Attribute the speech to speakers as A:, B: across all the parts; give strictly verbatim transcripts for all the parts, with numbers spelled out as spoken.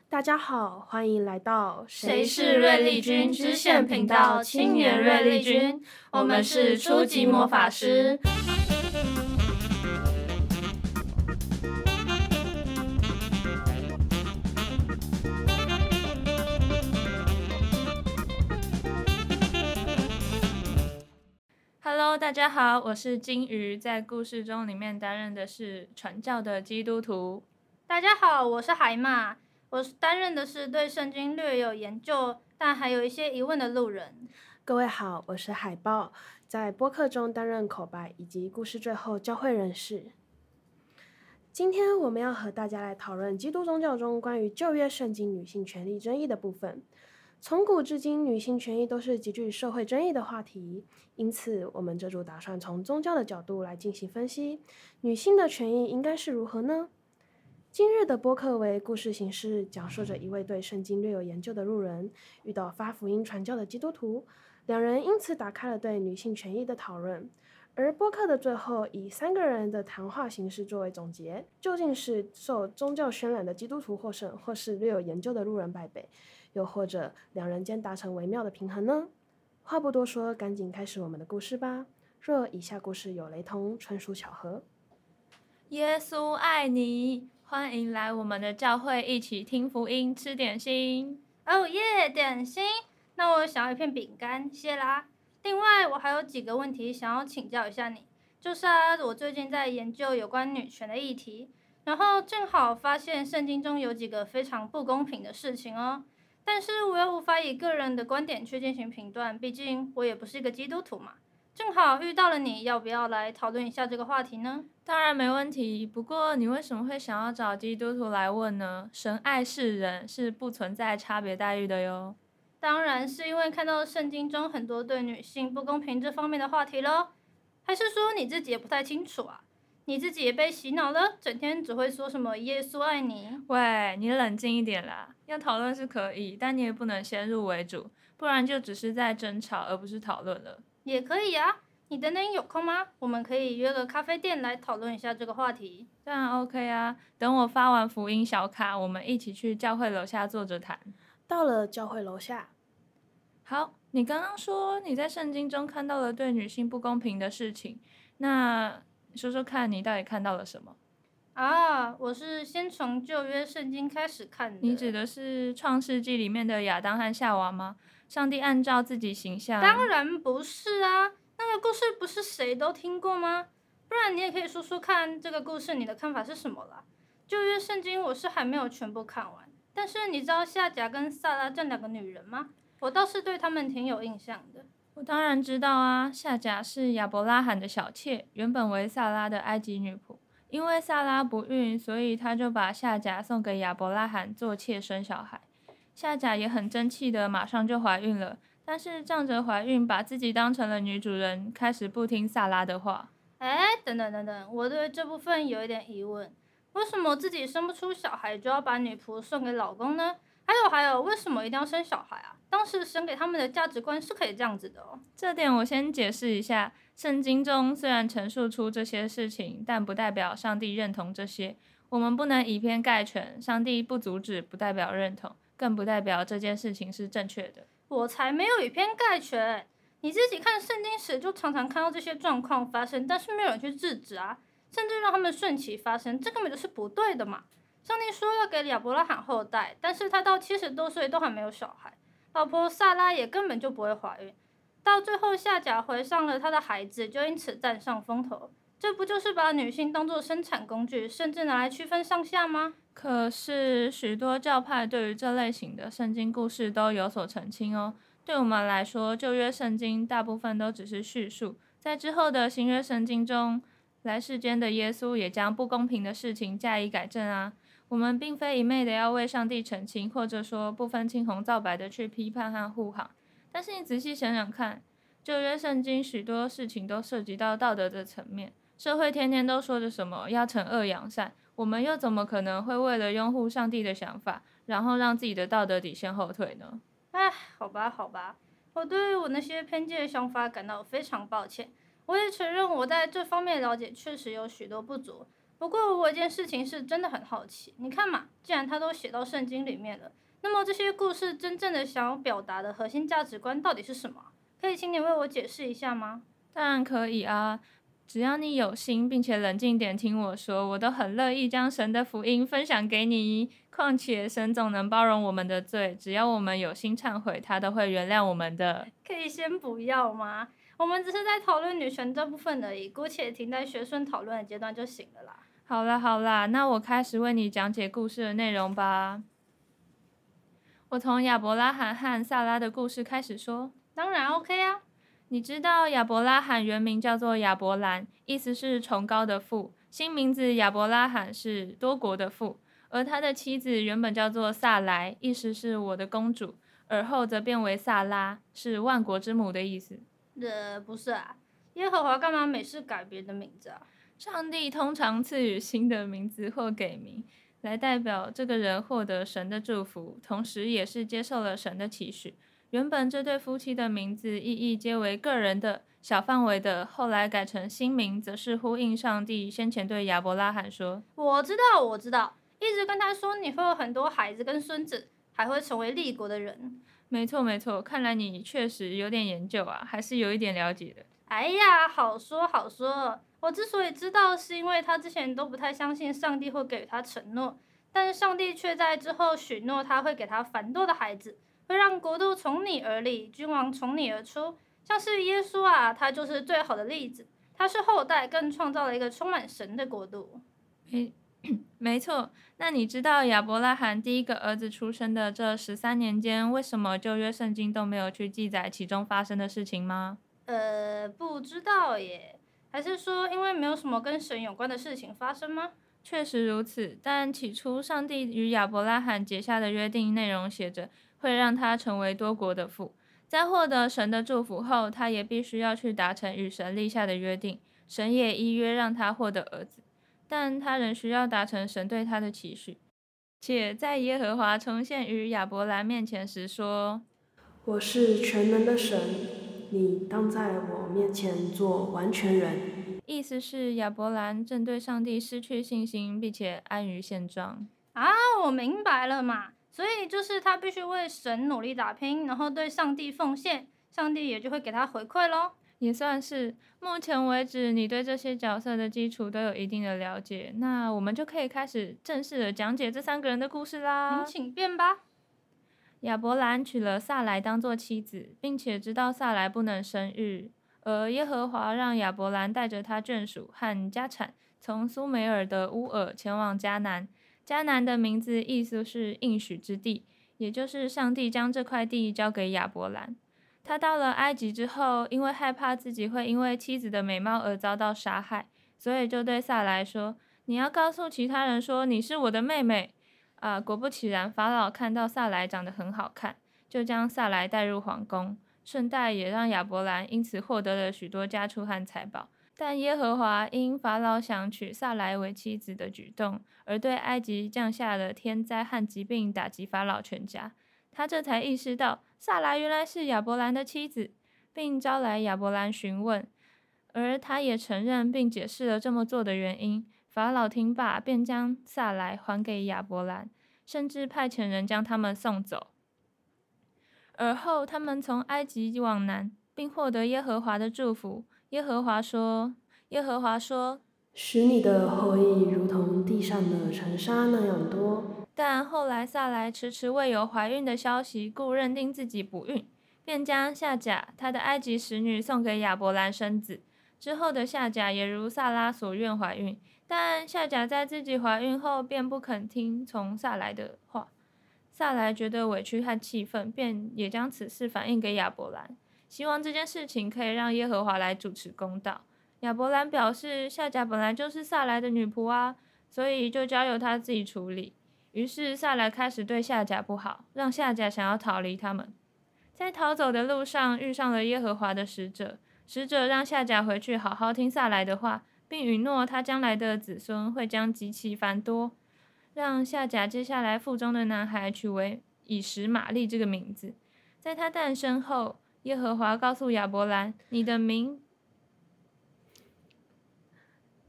A: 大家好，欢迎来到
B: 谁是瑞丽君支线频道青年瑞丽君，我们是初级魔法师。Hello， 大家好，我是金鱼，在故事中里面担任的是传教的基督徒。
C: 大家好，我是海马，我担任的是对圣经略有研究，但还有一些疑问的路人。
A: 各位好，我是海豹，在播客中担任口白以及故事最后教会人士。今天我们要和大家来讨论基督宗教中关于旧约圣经女性权利争议的部分。从古至今，女性权益都是极具社会争议的话题，因此我们这组打算从宗教的角度来进行分析，女性的权益应该是如何呢？今日的播客为故事形式，讲述着一位对圣经略有研究的路人遇到发福音传教的基督徒，两人因此打开了对女性权益的讨论。而播客的最后以三个人的谈话形式作为总结，究竟是受宗教渲染的基督徒获胜，或是略有研究的路人败北，又或者两人间达成微妙的平衡呢？话不多说，赶紧开始我们的故事吧。若以下故事有雷同，纯属巧合。
B: 耶稣爱你，欢迎来我们的教会，一起听福音，吃点心。
C: 哦耶，点心！那我想要一片饼干，谢啦。另外，我还有几个问题想要请教一下你。就是啊，我最近在研究有关女权的议题，然后正好发现圣经中有几个非常不公平的事情哦。但是我又无法以个人的观点去进行评断，毕竟我也不是一个基督徒嘛。正好遇到了你，要不要来讨论一下这个话题呢？
B: 当然没问题，不过你为什么会想要找基督徒来问呢？神爱世人，是不存在差别待遇的哟。
C: 当然是因为看到圣经中很多对女性不公平这方面的话题咯。还是说你自己也不太清楚啊？你自己也被洗脑了，整天只会说什么耶稣爱你。
B: 喂，你冷静一点啦，要讨论是可以，但你也不能先入为主，不然就只是在争吵而不是讨论了。
C: 也可以啊，你等等有空吗？我们可以约个咖啡店来讨论一下这个话题。
B: 当然 OK 啊，等我发完福音小卡，我们一起去教会楼下坐着谈。
A: 到了教会楼下。
B: 好，你刚刚说你在圣经中看到了对女性不公平的事情，那说说看你到底看到了什么？
C: 啊，我是先从旧约圣经开始看的。
B: 你指的是创世纪里面的亚当和夏娃吗？上帝按照自己形象。
C: 当然不是啊，那个故事不是谁都听过吗？不然你也可以说说看这个故事你的看法是什么啦。旧约圣经我是还没有全部看完，但是你知道夏甲跟萨拉这两个女人吗？我倒是对他们挺有印象的。
B: 我当然知道啊，夏甲是亚伯拉罕的小妾，原本为萨拉的埃及女仆。因为萨拉不孕，所以他就把夏甲送给亚伯拉罕做妾生小孩。夏甲也很争气的，马上就怀孕了。但是仗着怀孕，把自己当成了女主人，开始不听萨拉的话。
C: 哎，等等等等，我对这部分有一点疑问，为什么自己生不出小孩就要把女仆送给老公呢？还有还有，为什么一定要生小孩啊？当时神给他们的价值观是可以这样子的哦。
B: 这点我先解释一下，圣经中虽然陈述出这些事情，但不代表上帝认同这些。我们不能以偏概全，上帝不阻止不代表认同，更不代表这件事情是正确的。
C: 我才没有以偏概全，你自己看圣经时就常常看到这些状况发生，但是没有人去制止啊，甚至让他们顺其发生，这根本就是不对的嘛。上帝说要给亚伯拉罕后代，但是他到七十多岁都还没有小孩，老婆萨拉也根本就不会怀孕，到最后夏甲怀上了他的孩子，就因此占上风头。这不就是把女性当作生产工具，甚至拿来区分上下吗？
B: 可是许多教派对于这类型的圣经故事都有所澄清哦。对我们来说，旧约圣经大部分都只是叙述，在之后的新约圣经中，来世间的耶稣也将不公平的事情加以改正啊。我们并非一昧的要为上帝澄清，或者说不分青红皂白的去批判和护航。但是你仔细想想看，旧约圣经许多事情都涉及到道德的层面，社会天天都说着什么要惩恶扬善，我们又怎么可能会为了拥护上帝的想法，然后让自己的道德底线后退呢？
C: 唉，好吧好吧，我对于我那些偏见的想法感到非常抱歉。我也承认我在这方面了解确实有许多不足， 不过我有件事情是真的很好奇，你看嘛，既然他都写到圣经里面了，那么这些故事真正的想要表达的核心价值观到底是什么？可以请你为我解释一下吗？
B: 当然可以啊，只要你有心，并且冷静点听我说，我都很乐意将神的福音分享给你。况且神总能包容我们的罪，只要我们有心忏悔，他都会原谅我们的。
C: 可以先不要吗？我们只是在讨论女权这部分而已，姑且停在学顺讨论的阶段就行了啦。
B: 好啦好啦，那我开始为你讲解故事的内容吧。我从亚伯拉罕和萨拉的故事开始说。
C: 当然 OK 啊。
B: 你知道亚伯拉罕原名叫做亚伯兰，意思是崇高的父，新名字亚伯拉罕是多国的父，而他的妻子原本叫做萨莱，意思是我的公主，而后则变为萨拉，是万国之母的意思。
C: 呃，不是啊，耶和华干嘛每次改别人的名字啊？
B: 上帝通常赐予新的名字或给名，来代表这个人获得神的祝福，同时也是接受了神的期许。原本这对夫妻的名字意义皆为个人的、小范围的，后来改成新名，则是呼应上帝先前对亚伯拉罕说：“
C: 我知道，我知道，一直跟他说你会有很多孩子跟孙子，还会成为立国的人。”
B: 没错没错，看来你确实有点研究啊，还是有一点了解的。
C: 哎呀，好说好说，我之所以知道，是因为他之前都不太相信上帝会给予他承诺，但是上帝却在之后许诺他会给他繁多的孩子，会让国度从你而立，君王从你而出。像是耶稣啊，他就是最好的例子，他是后代，更创造了一个充满神的国度。
B: 没没错，那你知道亚伯拉罕第一个儿子出生的这十三年间，为什么旧约圣经都没有去记载其中发生的事情吗？
C: 呃，不知道耶，还是说因为没有什么跟神有关的事情发生吗？
B: 确实如此，但起初上帝与亚伯拉罕结下的约定内容写着，会让他成为多国的父。在获得神的祝福后，他也必须要去达成与神立下的约定，神也依约让他获得儿子，但他仍需要达成神对他的期许。且在耶和华重现于亚伯兰面前时说：“
A: 我是全能的神，你当在我面前做完全人。”
B: 意思是亚伯兰正对上帝失去信心，并且安于现状。
C: 啊，我明白了嘛，所以就是他必须为神努力打拼，然后对上帝奉献，上帝也就会给他回馈咯。
B: 也算是。目前为止，你对这些角色的基础都有一定的了解，那我们就可以开始正式的讲解这三个人的故事啦。
C: 您请便吧。
B: 亚伯兰娶了萨莱当做妻子，并且知道萨莱不能生育，而耶和华让亚伯兰带着他眷属和家产，从苏美尔的乌尔前往迦南。迦南的名字意思是应许之地，也就是上帝将这块地交给亚伯兰。他到了埃及之后，因为害怕自己会因为妻子的美貌而遭到杀害，所以就对萨莱说：“你要告诉其他人说你是我的妹妹。”啊，果不其然，法老看到萨莱长得很好看，就将萨莱带入皇宫，顺带也让亚伯兰因此获得了许多家畜和财宝。但耶和华因法老想娶萨莱为妻子的举动，而对埃及降下了天灾和疾病，打击法老全家。他这才意识到萨莱原来是亚伯兰的妻子，并招来亚伯兰询问，而他也承认并解释了这么做的原因。法老听罢，便将萨莱还给亚伯兰，甚至派遣人将他们送走。而后他们从埃及往南，并获得耶和华的祝福。耶和华说：“耶和华说，
A: 使你的后裔如同地上的尘沙那样多。”
B: 但后来萨莱迟迟未有怀孕的消息，故认定自己不孕，便将夏甲他的埃及使女送给亚伯兰生子。之后的夏甲也如萨拉所愿怀孕，但夏甲在自己怀孕后便不肯听从萨莱的话。萨莱觉得委屈和气愤，便也将此事反映给亚伯兰，希望这件事情可以让耶和华来主持公道。亚伯兰表示，夏甲本来就是萨莱的女仆啊，所以就交由他自己处理。于是萨莱开始对夏甲不好，让夏甲想要逃离他们。在逃走的路上遇上了耶和华的使者，使者让夏甲回去好好听萨莱的话，并允诺他将来的子孙会将极其繁多，让夏甲接下来腹中的男孩取为以实玛利这个名字。在他诞生后，耶和华告诉亚伯兰：“你的名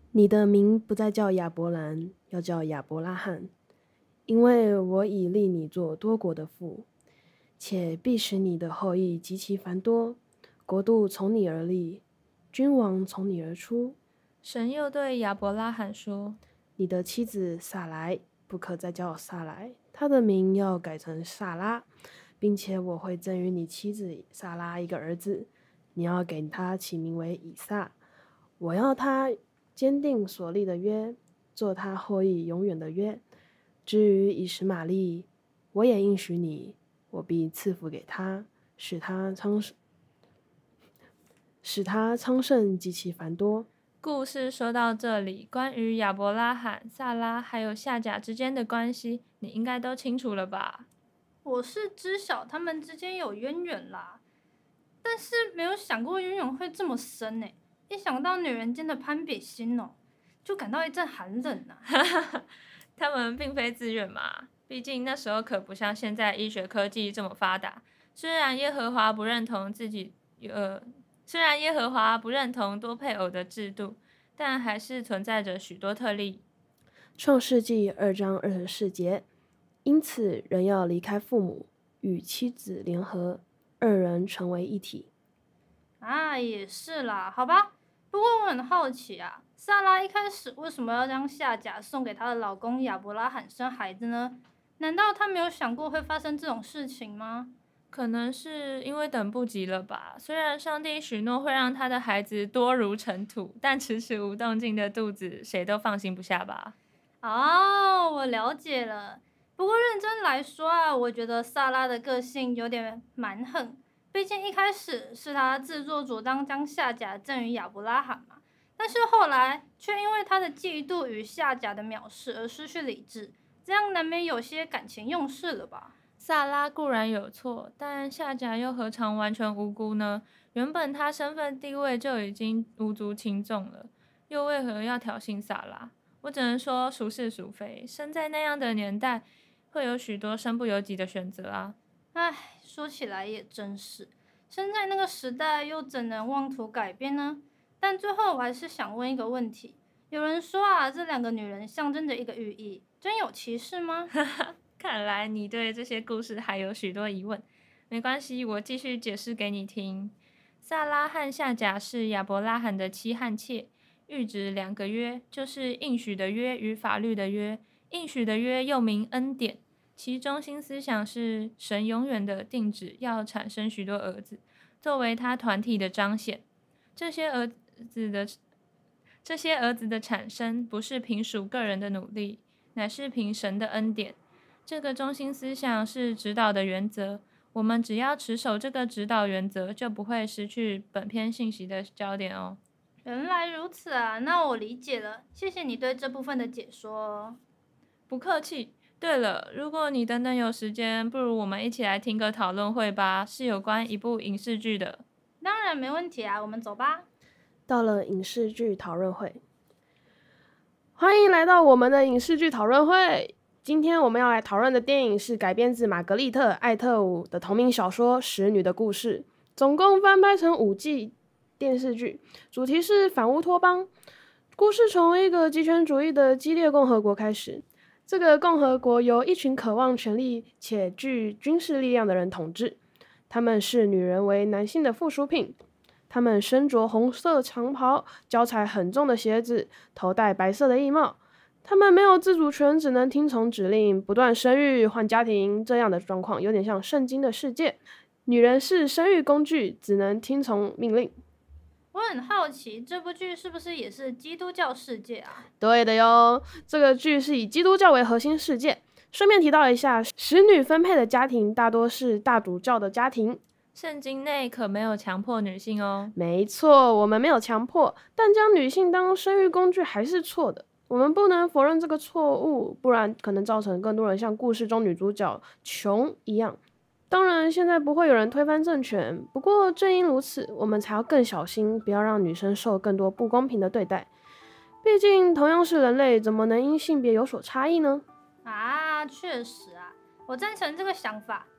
A: 你的名不再叫亚伯兰，要叫亚伯拉罕，因为我已立你做多国的父，且必使你的后裔极其繁多，国度从你而立，君王从你而出。
B: 神又对亚伯拉罕说：
A: 你的妻子撒来不可再叫撒来，她的名要改成撒拉，并且我会赠予你妻子撒拉一个儿子，你要给他起名为以撒。我要他坚定所立的约，做他后裔永远的约。至于以实玛利，我也应许你，我必赐福给他，使他昌盛，使他昌盛极其繁多。
B: 故事说到这里，关于亚伯拉罕、撒拉还有夏甲之间的关系，你应该都清楚了吧？
C: 我是知晓他们之间有渊源啦，但是没有想过渊源会这么深呢。一想到女人间的攀比心哦，就感到一阵寒冷啊。
B: 他们并非自愿嘛，毕竟那时候可不像现在医学科技这么发达。虽然耶和华不认同自己，呃，虽然耶和华不认同多配偶的制度，但还是存在着许多特例。
A: 创世纪二章二十四节，因此人要离开父母，与妻子联合，二人成为一体。
C: 啊，也是啦，好吧。不过我很好奇啊，萨拉一开始为什么要将夏甲送给她的老公亚伯拉罕生孩子呢？难道她没有想过会发生这种事情吗？
B: 可能是因为等不及了吧。虽然上帝许诺会让他的孩子多如尘土，但迟迟无动静的肚子，谁都放心不下吧。
C: 哦，我了解了。不过认真来说啊，我觉得萨拉的个性有点蛮横。毕竟一开始是他自作主张将夏甲赠予亚伯拉罕嘛，但是后来却因为他的嫉妒与夏甲的藐视而失去理智，这样难免有些感情用事了吧？
B: 萨拉固然有错，但夏甲又何尝完全无辜呢？原本他身份地位就已经无足轻重了，又为何要挑衅萨拉？我只能说孰是孰非。生在那样的年代，会有许多身不由己的选择啊。
C: 唉，说起来也真是，生在那个时代又怎能妄图改变呢？但最后我还是想问一个问题：有人说啊，这两个女人象征着一个寓意，真有其事吗？
B: 看来你对这些故事还有许多疑问。没关系，我继续解释给你听。萨拉和夏甲是亚伯拉罕的妻和妾，寓指两个约，就是应许的约与法律的约。应许的约又名恩典，其中心思想是神永远的定旨要产生许多儿子，作为他团体的彰显。这些儿子的这些儿子的产生不是凭属个人的努力，乃是凭神的恩典。这个中心思想是指导的原则，我们只要持守这个指导原则，就不会失去本篇信息的焦点哦。
C: 原来如此啊，那我理解了，谢谢你对这部分的解说哦。
B: 不客气。对了，如果你等等有时间，不如我们一起来听个讨论会吧，是有关一部影视剧的。
C: 当然没问题啊，我们走吧。
A: 到了影视剧讨论会，欢迎来到我们的影视剧讨论会。今天我们要来讨论的电影是改编自玛格丽特·艾特伍的同名小说《使女的故事》，总共翻拍成五季电视剧，主题是反乌托邦。故事从一个极权主义的激烈共和国开始，这个共和国由一群渴望权力且具军事力量的人统治，他们视女人为男性的附属品。他们身着红色长袍，脚踩很重的鞋子，头戴白色的衣帽。他们没有自主权，只能听从指令，不断生育、换家庭。这样的状况有点像圣经的世界，女人是生育工具，只能听从命令。
C: 我很好奇，这部剧是不是也是基督教世界啊？
A: 对的哟，这个剧是以基督教为核心世界。顺便提到一下，使女分配的家庭大多是大主教的家庭。
B: 圣经内可没有强迫女性哦。
A: 没错，我们没有强迫，但将女性当生育工具还是错的。我们不能否认这个错误，不然可能造成更多人像故事中女主角琼一样。当然，现在不会有人推翻政权，不过正因如此，我们才要更小心，不要让女生受更多不公平的对待。毕竟，同样是人类，怎么能因性别有所差异呢？
C: 啊，确实啊，我赞成这个想法。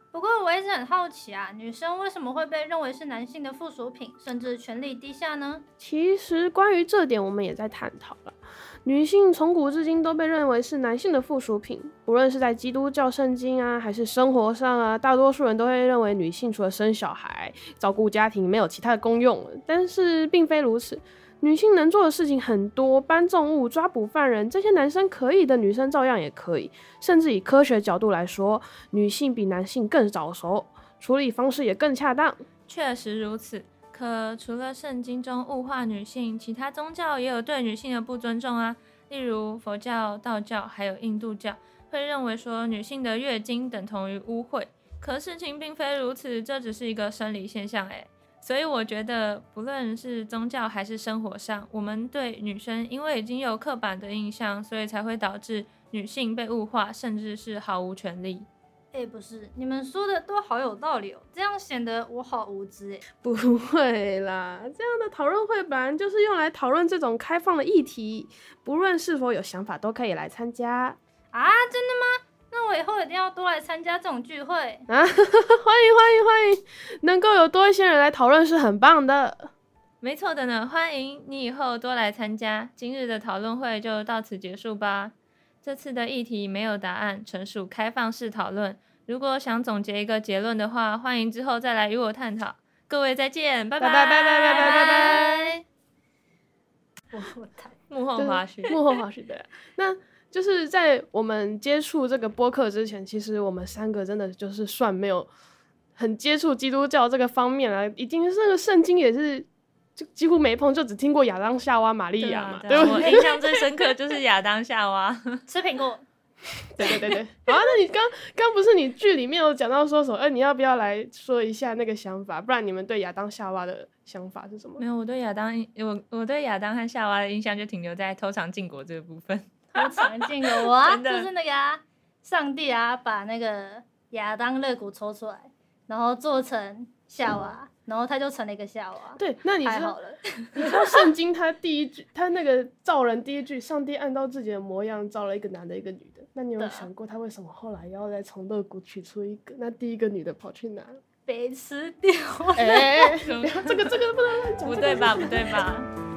C: 不过我一直很好奇啊，女生为什么会被认为是男性的附属品，甚至权力低下呢？
A: 其实关于这点，我们也在探讨了。女性从古至今都被认为是男性的附属品，不论是在基督教圣经啊，还是生活上啊，大多数人都会认为女性除了生小孩、照顾家庭，没有其他的功用了。但是并非如此，女性能做的事情很多，搬重物、抓捕犯人，这些男生可以的，女生照样也可以。甚至以科学角度来说，女性比男性更早熟，处理方式也更恰当。
B: 确实如此。可除了圣经中物化女性，其他宗教也有对女性的不尊重啊。例如佛教、道教还有印度教会认为说女性的月经等同于污秽，可事情并非如此，这只是一个生理现象诶。所以我觉得不论是宗教还是生活上，我们对女生因为已经有刻板的印象，所以才会导致女性被物化，甚至是毫无权利。
C: 哎，不是，你们说的都好有道理哦，这样显得我好无知哎。
A: 不会啦，这样的讨论会本来就是用来讨论这种开放的议题，不论是否有想法都可以来参加
C: 啊！真的吗？那我以后一定要多来参加这种聚会
A: 啊！欢迎欢迎欢迎，能够有多一些人来讨论是很棒的。
B: 没错的呢，欢迎你以后多来参加。今日的讨论会就到此结束吧。这次的议题没有答案，纯属开放式讨论。如果想总结一个结论的话，欢迎之后再来与我探讨。各位再见，拜拜
A: 拜拜拜拜拜拜拜拜。
C: 我我太
B: 幕后花絮，
A: 幕后花絮对。那就是在我们接触这个播客之前，其实我们三个真的就是算没有很接触基督教这个方面了，已经是那个圣经也是。就几乎没碰，就只听过亚当、夏娃、玛利亚嘛，对, 啊对,
B: 对不对？我印象最深刻就是亚当、夏娃
C: 吃苹果。
A: 对对对对。好、啊，那你刚刚不是你剧里面有讲到说什么？哎、呃，你要不要来说一下那个想法？不然你们对亚当、夏娃的想法是什么？
B: 没有，我对亚当，我我对亚当和夏娃的印象就停留在偷尝禁果这个部分。
C: 偷尝禁果啊，就是那个啊，上帝啊，把那个亚当肋骨抽出来，然后做成夏娃。然后他就成了一个夏娃。
A: 对，那你
C: 太好了。
A: 你知道圣经他第一句，他那个造人第一句，上帝按照自己的模样造了一个男的，一个女的。那你有想过他为什么后来要再从肋骨取出一个？那第一个女的跑去哪？
C: 被吃掉了。
A: 哎、欸，这个这个不能乱讲。
B: 不对吧？不对吧？